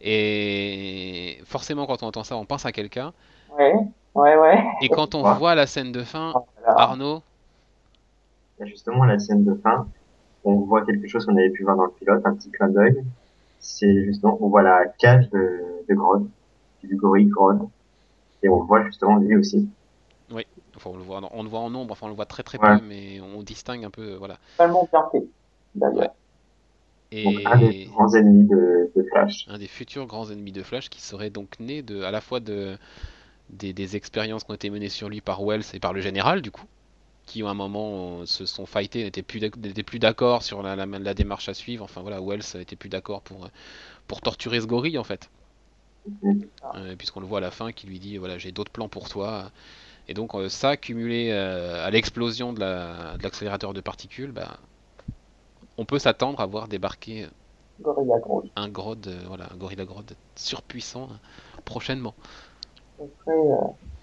S7: Et forcément, quand on entend ça, on pense à quelqu'un.
S8: Ouais, ouais, ouais.
S7: Et quand on
S9: Ouais.
S7: voit la scène de fin,
S8: Voilà.
S7: Arnaud,
S9: Il y a justement la scène de fin. On voit quelque chose qu'on avait pu voir dans le pilote, un petit clin d'œil. C'est justement, on voit la cage de, de Grodd, du gorille Grodd. Et on voit justement lui aussi.
S7: enfin, on le voit, on le voit en nombre, enfin on le voit très très
S9: Ouais.
S7: peu, mais on distingue un peu, euh, voilà.
S8: Totalement bien fait, d'ailleurs.
S9: Donc un des
S7: Et
S9: grands ennemis de, de Flash.
S7: un des futurs grands ennemis de Flash qui serait donc né de, à la fois de, des, des expériences qui ont été menées sur lui par Wells et par le général, du coup, qui à un moment euh, se sont fightés, n'étaient plus d'ac- n'étaient plus d'accord sur la, la, la démarche à suivre. Enfin voilà, Wells n'était plus d'accord pour, pour torturer ce gorille en fait.
S9: Mhm.
S7: Euh, puisqu'on le voit à la fin qui lui dit voilà, j'ai d'autres plans pour toi. Et donc euh, ça, cumulé euh, à l'explosion de la- de l'accélérateur de particules, bah, on peut s'attendre à voir débarquer
S8: Gorilla Grodd.
S7: un Grodd, euh, voilà, un Gorilla Grodd surpuissant euh, prochainement.
S8: Après, euh,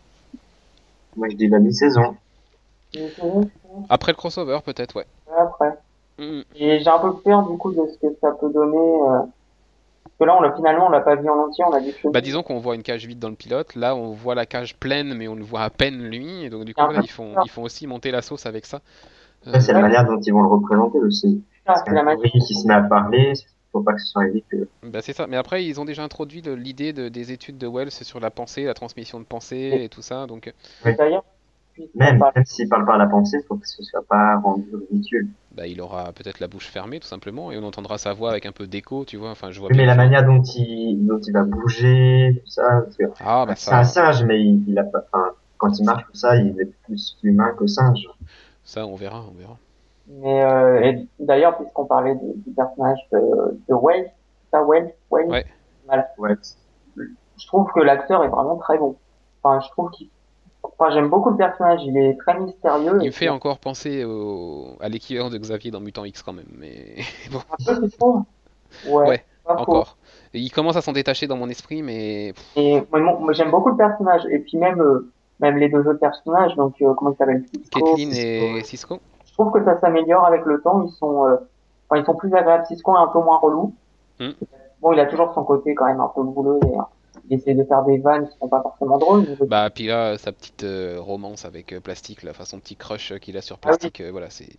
S9: Moi je dis la mi-saison.
S8: une saison,
S7: Après le crossover peut-être, ouais.
S8: après.
S7: Mm.
S8: Et j'ai un peu peur du coup de ce que ça peut donner. Euh... Parce que là, on l'a finalement, on l'a pas vu en entier, on a vu que.
S7: Bah disons qu'on voit une cage vide dans le pilote, là on voit la cage pleine mais on le voit à peine lui, et donc du coup
S8: Ah,
S7: voilà, ils font, ils font aussi monter la sauce avec ça.
S9: Ça, c'est
S7: Euh,
S9: la manière dont ils vont le représenter aussi.
S8: Ah,
S9: Parce
S8: c'est la
S9: qu'un
S8: manière.
S9: gorille qui se met à parler, faut pas que ce soit ridicule.
S7: Bah c'est ça, mais après ils ont déjà introduit le- l'idée de- des études de Wells sur la pensée, la transmission de pensée et tout ça, donc
S9: Oui.
S8: D'ailleurs, puis,
S9: Même,
S8: pas-
S9: même s'il parle par la pensée, faut que ce soit pas rendu ridicule.
S7: bah, il aura peut-être la bouche fermée tout simplement et on entendra sa voix avec un peu d'écho, tu vois. Enfin, je vois
S9: Oui, mais
S7: bien
S9: la
S7: les gens-
S9: manière dont il, dont il va bouger, tout ça, parce que
S7: Ah bah
S9: c'est un
S7: ça,
S9: singe, mais il, il a pas, enfin, quand il marche comme ça, il est plus humain que singe.
S7: ça on verra, on verra.
S8: Mais euh, et d'ailleurs, puisqu'on parlait du, du personnage de, de Wade, ça, Wade, Wade,
S7: Ouais.
S8: Mal.
S9: Ouais.
S8: Je trouve que l'acteur est vraiment très bon. Enfin, je trouve qu'il, enfin, j'aime beaucoup le personnage, il est très mystérieux.
S7: Il
S8: et
S7: me fait
S8: c'est
S7: encore penser au... à l'équivalent de Xavier dans Mutant X quand même, mais bon,
S8: un peu, tu trouves? Ouais,
S7: ouais,
S8: pas faux.
S7: encore. Et il commence à s'en détacher dans mon esprit, mais pff,
S8: Et moi, moi, moi, j'aime beaucoup le personnage. Et puis même, euh, même les deux autres personnages, donc euh, comment il s'appelle? Cisco.
S7: Caitlyn et Cisco.
S8: Je trouve que ça s'améliore avec le temps. Ils sont, euh, enfin, ils sont plus agréables. Cisco est un peu moins relou.
S7: Hmm.
S8: Bon, il a toujours son côté quand même un peu boulot et euh, il essaie de faire des vannes qui sont pas forcément drôles. mais-
S7: Bah, puis là, sa petite euh, romance avec euh, Plastique, là, enfin son petit crush euh, qu'il a sur
S8: Ah oui.
S7: Plastique, euh, voilà, c'est.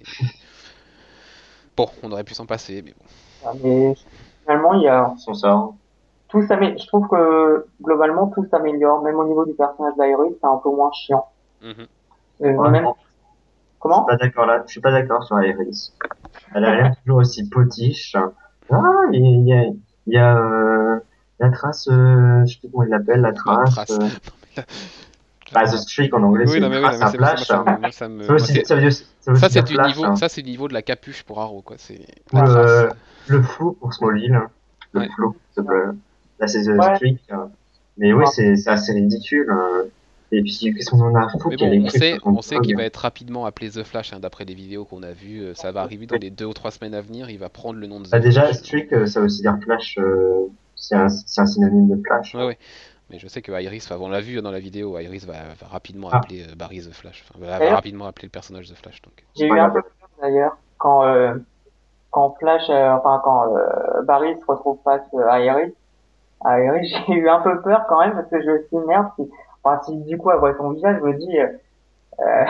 S7: Bon, on aurait pu s'en passer, mais bon.
S8: Mais finalement, il y a
S9: Son sort.
S8: tout s'amé- Je trouve que globalement tout s'améliore. Même au niveau du personnage d'Iris, c'est un peu moins chiant.
S7: Mhm.
S8: Euh,
S9: Ouais,
S8: même
S9: bon, je suis
S8: comment?
S9: pas d'accord là. Je suis pas d'accord sur Iris. Elle a l'air toujours aussi potiche. Ah, il y a, il y a euh, la trace, euh, je sais plus comment il l'appelle, la
S7: La
S9: trace.
S7: trace.
S9: euh,
S7: Non, mais là-
S9: bah, The Streak en anglais,
S7: Oui,
S9: c'est
S7: non,
S9: une
S7: mais oui,
S9: trace,
S7: non, mais
S9: un
S7: c'est moi,
S9: flash.
S7: ça me, moi, ça me,
S9: Ça
S7: moi,
S9: aussi,
S7: c'est-
S9: ça veut dire, ça veut
S7: ça
S9: aussi
S7: c'est
S9: dire
S7: du
S9: flash,
S7: niveau,
S9: hein.
S7: ça c'est du niveau de la capuche pour Arrow, quoi. C'est
S9: Ou
S7: la trace.
S9: le, le flou pour Smallville, hein. Le
S7: Ouais.
S9: flou, ça peut- là c'est The
S8: Ouais.
S9: Streak. hein. Mais oui,
S8: Ouais.
S9: c'est c'est assez ridicule. hein. Et puis, qu'est-ce qu'on en a à foutre
S7: Mais
S9: qu'elle
S7: bon, on
S9: écrive
S7: sait,
S9: sur son
S7: on sait qu'il
S9: blog.
S7: va être rapidement appelé The Flash, hein, d'après les vidéos qu'on a vues. euh, Ça va arriver dans les deux ou trois semaines à venir. Il va prendre le nom de The
S9: Bah, déjà,
S7: Flash.
S9: Streak, euh, ça veut aussi dire Flash, euh, c'est un, c'est un synonyme de Flash.
S7: Ouais, ouais. Mais je sais que Iris, enfin, on l'a vu dans la vidéo, Iris va, va rapidement
S9: Ah.
S7: appeler euh, Barry The Flash. Enfin, va, va
S8: D'ailleurs-
S7: rapidement appeler le personnage The Flash. Donc.
S8: J'ai eu un
S9: Regarde.
S8: peu peur d'ailleurs quand euh, quand Flash, euh, enfin quand euh, Barry se retrouve face euh, à Iris. À Iris, j'ai eu un peu peur quand même parce que je me suis dit merde. Si, enfin, si du coup elle voit son visage, je me dis, euh, euh,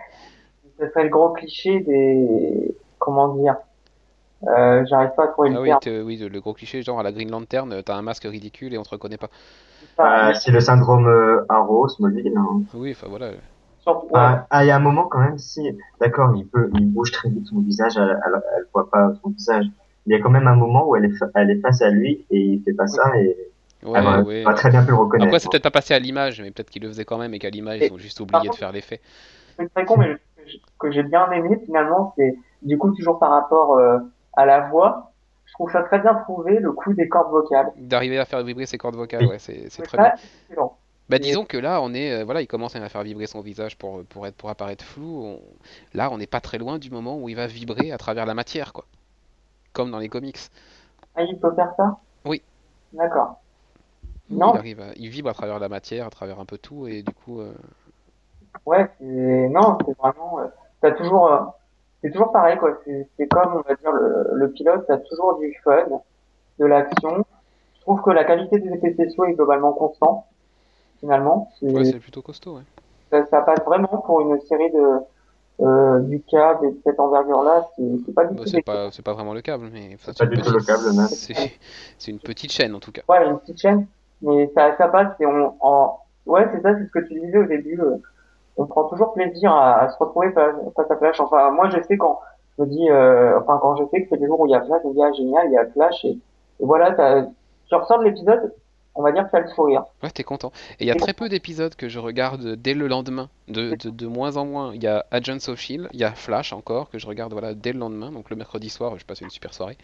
S8: ce serait le gros cliché des, comment dire, euh, j'arrive pas à trouver
S7: Ah
S8: le
S7: oui,
S8: terme.
S7: t'es- oui, le gros cliché, genre à la Green Lantern, euh, t'as un masque ridicule et on te reconnaît pas.
S8: Enfin,
S9: Euh, c'est le syndrome euh, Arrow, Smallville. Hein.
S7: Oui, enfin voilà.
S8: sur- ouais.
S9: Ah, ah, il y a un moment quand même, si, d'accord, il peut, il bouge très vite son visage, elle, elle, elle voit pas son visage. Il y a quand même un moment où elle est, fa- elle est face à lui et il fait pas ça et
S7: Ouais,
S9: elle va,
S7: ouais.
S9: va très bien pu le reconnaître.
S7: Après, c'est peut-être pas passé à l'image, mais peut-être qu'ils le faisaient quand même et qu'à l'image, ils ont juste oublié de faire l'effet.
S8: C'est très con, mais le- que j'ai bien aimé finalement, c'est du coup toujours par rapport euh, à la voix. Je trouve ça très bien trouvé le coup des cordes vocales.
S7: D'arriver à faire vibrer ses cordes vocales,
S9: Oui.
S7: ouais, c'est c'est
S8: C'est
S7: très bien.
S8: ça, excellent.
S7: Bah disons que là, on est, euh, voilà, il commence à faire vibrer son visage pour pour être pour apparaître flou. On- Là, on n'est pas très loin du moment où il va vibrer à travers la matière, quoi, comme dans les comics.
S8: Ah, il peut faire ça?
S7: Oui.
S8: D'accord.
S7: Oui,
S8: Non.
S7: il arrive, à- il vibre à travers la matière, à travers un peu tout, et du coup, euh,
S8: Ouais, c'est non, c'est vraiment, euh, t'as toujours, euh, c'est toujours pareil quoi. C'est c'est comme on va dire le, le pilote, t'as toujours du fun, de l'action. Je trouve que la qualité des effets spéciaux est globalement constante. Finalement, c'est
S7: ouais, c'est plutôt costaud, ouais.
S8: ça, ça passe vraiment pour une série de euh, du câble et de cette envergure-là. C'est c'est pas du
S7: Bah,
S8: tout
S7: c'est
S8: des
S7: pas, c'est pas vraiment le câble, mais ça,
S9: C'est pas
S7: une
S9: du tout le
S7: petite-
S9: câble, même.
S7: C'est c'est une petite chaîne en tout cas.
S8: Ouais, une petite chaîne, mais ça, ça passe et on, en, ouais, c'est ça, c'est ce que tu disais au début. euh, on prend toujours plaisir à, à se retrouver face, face à Flash. Enfin, moi, je sais quand je me dis, euh, enfin, quand je sais que c'est le jour où il y a Flash, je me dis, ah, génial, il y a Flash et, et voilà, t'as- tu ressors de l'épisode, on va dire que t'as le sourire.
S7: Ouais, t'es content. Et il y a très peu d'épisodes que je regarde dès le lendemain, de, de, de moins en moins. Il y a Agents of Shield, il y a Flash encore, que je regarde voilà, dès le lendemain, donc le mercredi soir, je passe une super soirée.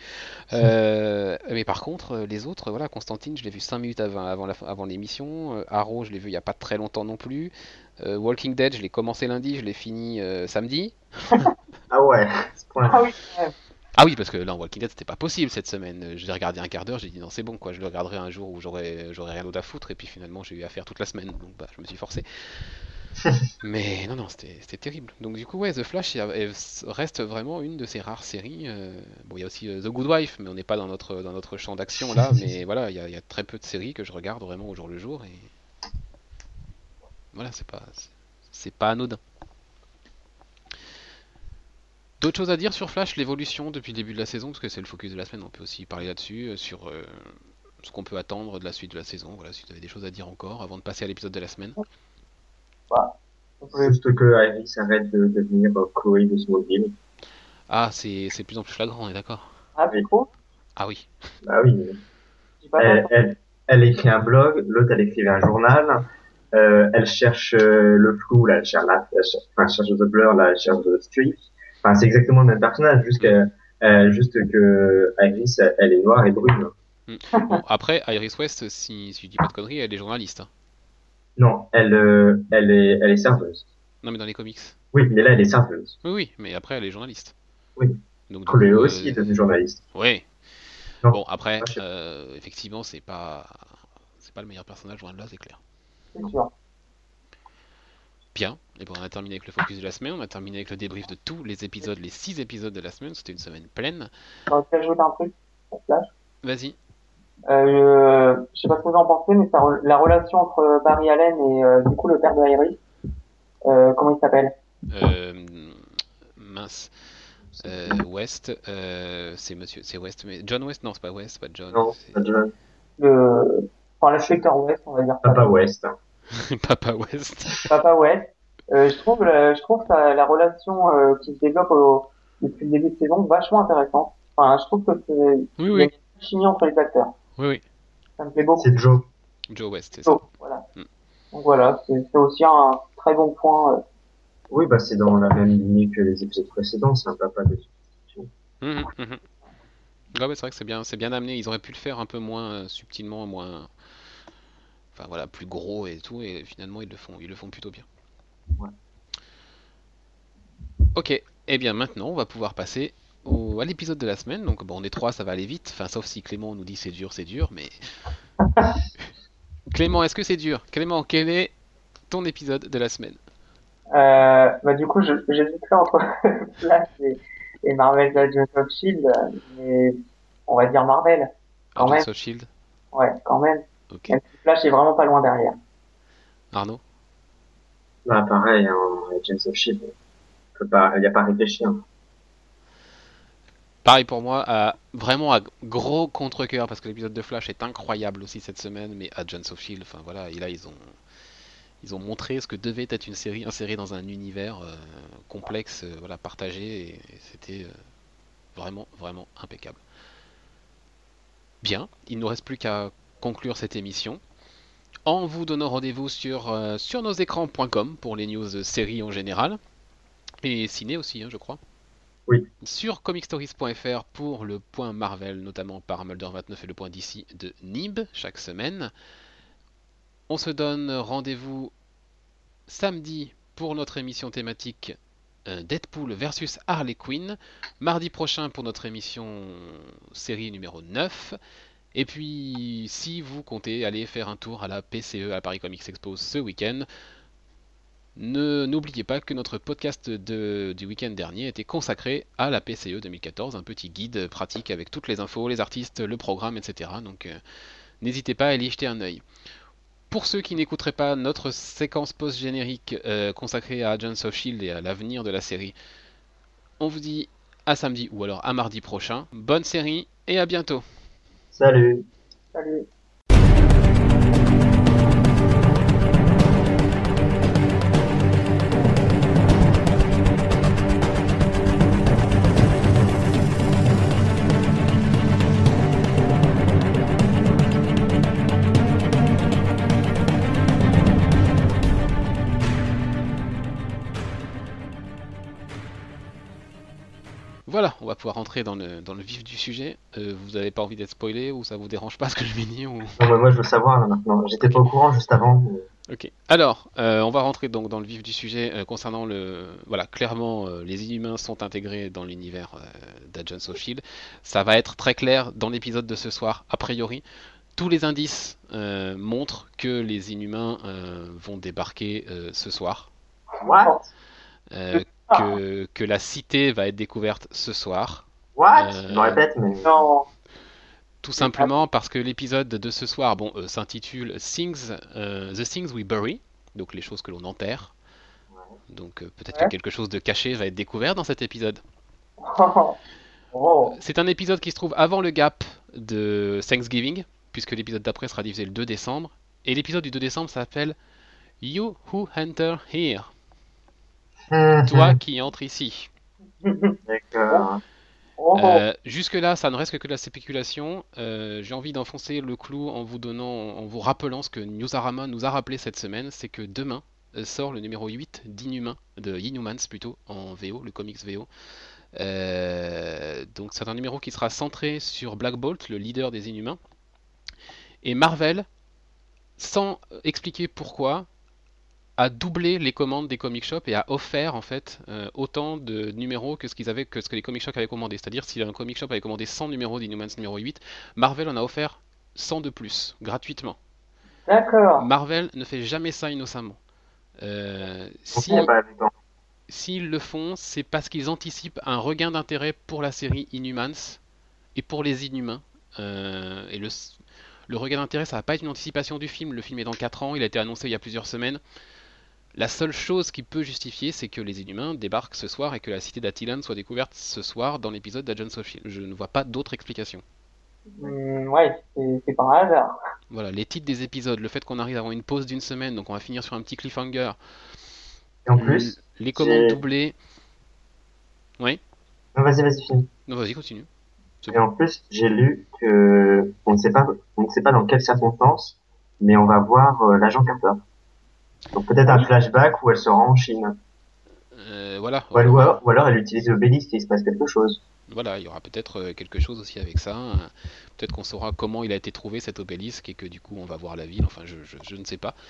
S7: Euh, mais par contre, euh, les autres, voilà, Constantine, je l'ai vu cinq minutes avant, avant, la, avant l'émission. Euh, Arrow, je l'ai vu il n'y a pas très longtemps non plus. Euh, Walking Dead, je l'ai commencé lundi, je l'ai fini euh, samedi.
S9: Ah ouais, ce point.
S8: Ah oui, ouais.
S7: Ah oui, parce que là, en Walking Dead, c'était pas possible cette semaine. Euh, Je l'ai regardé un quart d'heure, j'ai dit non, c'est bon, quoi, je le regarderai un jour où j'aurai j'aurai rien d'autre à foutre, et puis finalement, j'ai eu à faire toute la semaine, donc bah, je me suis forcé. Mais non, non, c'était c'était terrible. Donc du coup, ouais, The Flash il y a- elle s- reste vraiment une de ces rares séries. euh, Bon, il y a aussi euh, The Good Wife, mais on n'est pas dans notre, dans notre champ d'action là, mais voilà, il y, a, il y a très peu de séries que je regarde vraiment au jour le jour, et voilà, c'est pas, c'est- c'est pas anodin. D'autres choses à dire sur Flash, l'évolution depuis le début de la saison, parce que c'est le focus de la semaine, on peut aussi parler là-dessus, euh, sur euh, ce qu'on peut attendre de la suite de la saison. Voilà, si vous avez des choses à dire encore avant de passer à l'épisode de la semaine.
S9: Juste que Iris arrête de devenir euh, Chloé de Smallville.
S7: Ah, c'est c'est de plus en plus flagrant, on est d'accord.
S8: Ah, c'est trop?
S7: Ah oui.
S9: Bah oui.
S8: J'ai pas
S9: Elle,
S8: pensé.
S9: elle, elle écrit un blog, l'autre elle écrivait un journal. Euh, elle cherche euh, le flou, là, elle cherche, la, elle cherche, enfin, elle cherche The Blur, là, elle cherche The Streak. Enfin, c'est exactement le même personnage, juste que, euh, juste que Iris, elle, elle est noire et brune.
S7: Mm. Bon, après, Iris West, si, si je dis pas de conneries, elle est journaliste. hein.
S9: Non, elle, euh, elle est, elle est serveuse.
S7: Non, mais dans les comics.
S9: Oui, mais là, elle est serveuse.
S7: Oui, oui, mais après, elle est journaliste.
S9: Oui.
S7: Donc, du
S9: Cole
S7: coup,
S9: aussi
S7: euh,
S9: est devenu journaliste.
S7: Oui.
S9: Non.
S7: Bon, après,
S9: Ah, je sais pas.
S7: euh, effectivement, c'est pas, c'est pas le meilleur personnage, loin de là, c'est clair.
S8: C'est sûr.
S7: Bien. Et bon, on a terminé avec le focus de la semaine. On a terminé avec le débrief de tous les épisodes, les six épisodes de la semaine. C'était une semaine pleine.
S8: J'aurais pu ajouter un truc sur Flash.
S7: Vas-y.
S8: Euh, je sais pas ce que vous en pensez, mais ça, re- la relation entre Barry Allen et euh, du coup le père de Iris, euh, comment il s'appelle?
S7: Euh, mince. Euh, West, euh, c'est Monsieur, c'est West, mais John West, non, c'est pas West, c'est pas John.
S9: Non,
S7: c'est-
S9: pas John.
S8: Le, enfin l'inspecteur West, on va dire ça.
S9: Papa West.
S7: Papa West.
S8: Papa West. Euh, je trouve, la- je trouve ça, la relation euh, qui se développe au, depuis le début de saison vachement intéressante. Enfin, je trouve que c'est
S7: Oui,
S8: il y a
S7: oui,
S8: une chimie entre les acteurs.
S7: oui, oui.
S8: Ça me plaît beaucoup.
S9: C'est Joe.
S7: Joe West, c'est ça.
S8: Oh, voilà.
S7: Mm.
S8: Donc voilà, c'est c'est aussi un très bon point. euh.
S9: Oui, bah, c'est dans la même lignée que les épisodes précédents. C'est un papa de
S7: Mhm, mhm. Ouais, ouais, c'est vrai que c'est bien, c'est bien amené. Ils auraient pu le faire un peu moins euh, subtilement, moins, enfin voilà, plus gros et tout, et finalement ils le font, ils le font plutôt bien.
S9: Ouais.
S7: Ok. Eh bien maintenant, on va pouvoir passer au, à l'épisode de la semaine. Donc bon, on est trois, ça va aller vite. Enfin, sauf si Clément nous dit c'est dur, c'est dur, mais Clément, est-ce que c'est dur? Clément, quel est ton épisode de la semaine?
S8: Euh, bah du coup, je- j'hésiterais entre Flash et, et Marvel's Agents of Shield, euh, mais on va dire Marvel, quand même.
S7: Agents of Shield.
S8: Ouais, quand même.
S7: Ok.
S8: Même si Flash est vraiment pas loin derrière.
S7: Arnaud?
S9: Bah, pareil, hein, Agents of Shield. Il n'y a pas à réfléchir.
S7: Pareil pour moi, à, vraiment à gros contre-cœur, parce que l'épisode de Flash est incroyable aussi cette semaine, mais Agents of Shield, enfin voilà, et là ils ont, ils ont montré ce que devait être une série insérée dans un univers euh, complexe, euh, voilà, partagé, et, et c'était euh, vraiment, vraiment impeccable. Bien, il ne nous reste plus qu'à conclure cette émission, en vous donnant rendez-vous sur, euh, sur nos écrans point com pour les news euh, séries en général, et ciné aussi, hein, je crois.
S9: Oui.
S7: Sur comic stories point f r pour le point Marvel, notamment par Mulder vingt-neuf et le point D C de Nib chaque semaine. On se donne rendez-vous samedi pour notre émission thématique euh, Deadpool versus Harley Quinn. Mardi prochain pour notre émission série numéro neuf. Et puis, si vous comptez aller faire un tour à la P C E, à Paris Comics Expo ce week-end, ne, n'oubliez pas que notre podcast de, du week-end dernier était consacré à la P C E deux mille quatorze, un petit guide pratique avec toutes les infos, les artistes, le programme, et cetera. Donc euh, n'hésitez pas à aller y jeter un œil. Pour ceux qui n'écouteraient pas notre séquence post-générique euh, consacrée à Agents of Shield et à l'avenir de la série, on vous dit à samedi ou alors à mardi prochain. Bonne série et à bientôt.
S9: Salut.
S8: Salut.
S7: Voilà, on va pouvoir rentrer dans le, dans le vif du sujet. Euh, vous n'avez pas envie d'être spoilé ou ça vous dérange pas ce que je vais dire ou...
S9: Non, bah, moi, je veux savoir, là, maintenant. J'étais
S7: Ok.
S9: pas au courant juste avant. mais-
S7: Ok. Alors, euh, on va rentrer donc dans le vif du sujet euh, concernant le. Voilà, clairement, euh, les Inhumains sont intégrés dans l'univers euh, d'Agents of Shield. Ça va être très clair dans l'épisode de ce soir, a priori. Tous les indices euh, montrent que les Inhumains euh, vont débarquer euh, ce soir.
S9: What?
S7: Euh, que, que la cité va être découverte ce soir.
S9: What?
S7: Euh,
S9: Je me répète, mais...
S8: Non.
S7: Tout simplement parce que l'épisode de ce soir bon, euh, s'intitule Things, euh, The Things We Bury, donc les choses que l'on enterre. Donc euh, peut-être
S8: Ouais.
S7: que quelque chose de caché va être découvert dans cet épisode.
S8: Oh.
S7: C'est un épisode qui se trouve avant le gap de Thanksgiving, puisque l'épisode d'après sera diffusé le deux décembre. Et l'épisode du deux décembre s'appelle You Who Enter Here. Toi qui entres ici.
S9: D'accord.
S8: Oh.
S7: Euh, Jusque-là, ça ne reste que de la spéculation. Euh, J'ai envie d'enfoncer le clou en vous donnant, en vous rappelant ce que Newsarama nous a rappelé cette semaine, c'est que demain euh, sort le numéro huit d'Inhumains, de Inhumans plutôt, en V O, le comics V O. Euh, donc c'est un numéro qui sera centré sur Black Bolt, le leader des Inhumains. Et Marvel sans expliquer pourquoi, a doublé les commandes des comic shops et a offert en fait euh, autant de numéros que ce qu'ils avaient, que ce que les comic shops avaient commandé. C'est-à-dire si un comic shop avait commandé cent numéros d'Inhumans numéro huit, Marvel en a offert cent de plus, gratuitement.
S8: D'accord.
S7: Marvel ne fait jamais ça innocemment. Euh, si,
S9: Ok, bah, attends.
S7: S'ils le font, c'est parce qu'ils anticipent un regain d'intérêt pour la série Inhumans et pour les Inhumains. Euh, et le, le regain d'intérêt, ça va pas être une anticipation du film. Le film est dans quatre ans, il a été annoncé il y a plusieurs semaines. La seule chose qui peut justifier, c'est que les Inhumains débarquent ce soir et que la cité d'Attilan soit découverte ce soir dans l'épisode d'Agents of Shield. Je ne vois pas d'autre explication.
S8: Hum, ouais, c'est c'est pas un hasard.
S7: Voilà, les titres des épisodes, le fait qu'on arrive à avoir une pause d'une semaine, donc on va finir sur un petit cliffhanger.
S9: Et en
S7: L-
S9: plus,
S7: les commandes
S9: j'ai-
S7: doublées. Oui.
S9: non, vas-y, vas-y, finis.
S7: Non, vas-y, continue. C'est
S9: Et en
S7: bon.
S9: plus, j'ai lu que on ne sait pas, on ne sait pas dans quelles circonstances, mais on va voir euh, l'agent Carter. Donc peut-être un
S8: Oui.
S9: flashback où elle se rend en Chine.
S7: Euh, voilà.
S9: Ou alors, ou alors- ou alors elle utilise l'obélisque et il se passe quelque chose.
S7: Voilà, il y aura peut-être euh, quelque chose aussi avec ça. Euh, Peut-être qu'on saura comment il a été trouvé cet obélisque et que du coup on va voir la ville. Enfin, je, je- je ne sais pas.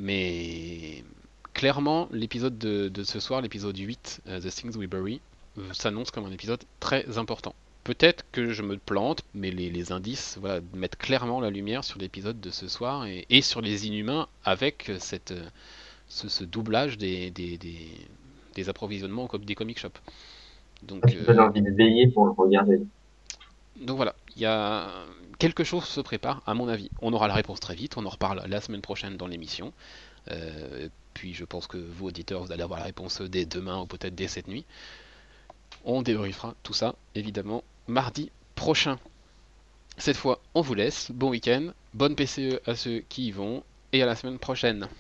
S7: Mais clairement, l'épisode de, de ce soir, l'épisode huit, euh, The Things We Bury, euh, s'annonce comme un épisode très important. Peut-être que je me plante, mais les, les indices voilà, mettent clairement la lumière sur l'épisode de ce soir et, et sur les Inhumains avec cette, euh, ce, ce doublage des, des, des, des approvisionnements au- des comic shops. Donc,
S9: Ça te donne
S7: euh,
S9: envie de veiller pour le regarder.
S7: donc voilà, il y a quelque chose se prépare, à mon avis. On aura la réponse très vite, on en reparle la semaine prochaine dans l'émission. Euh, puis je pense que vous, auditeurs, vous allez avoir la réponse dès demain ou peut-être dès cette nuit. On débriefera tout ça, évidemment, mardi prochain. Cette fois, on vous laisse. Bon week-end, bonne P C E à ceux qui y vont, et à la semaine prochaine.